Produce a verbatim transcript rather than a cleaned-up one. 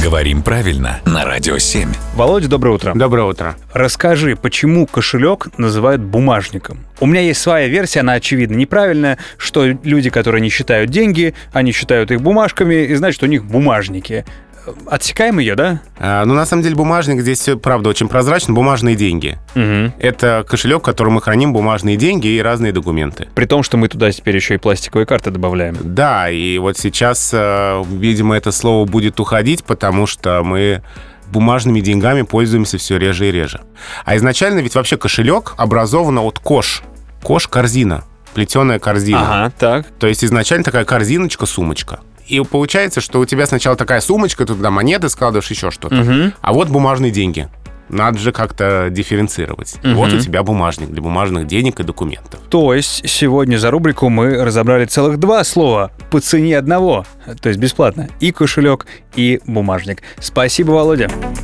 Говорим правильно на Радио семь. Володя, доброе утро. Доброе утро. Расскажи, почему кошелек называют бумажником? У меня есть своя версия, она, очевидно, неправильная, что люди, которые не считают деньги, они считают их бумажками, и значит, у них бумажники. Отсекаем ее, да? А, ну, на самом деле, бумажник здесь все, правда, очень прозрачно. Бумажные деньги. Угу. Это кошелек, в котором мы храним бумажные деньги и разные документы. При том, что мы туда теперь еще и пластиковые карты добавляем. Да, и вот сейчас, видимо, это слово будет уходить, потому что мы бумажными деньгами пользуемся все реже и реже. А изначально ведь вообще кошелек образован от кош. Кош — корзина, плетеная корзина. Ага, так. То есть изначально такая корзиночка, сумочка. И получается, что у тебя сначала такая сумочка, ты туда монеты складываешь, еще что-то. Угу. А вот бумажные деньги. Надо же как-то дифференцировать. Угу. Вот у тебя бумажник для бумажных денег и документов. То есть сегодня за рубрику мы разобрали целых два слова по цене одного. То есть бесплатно. И кошелек, и бумажник. Спасибо, Володя.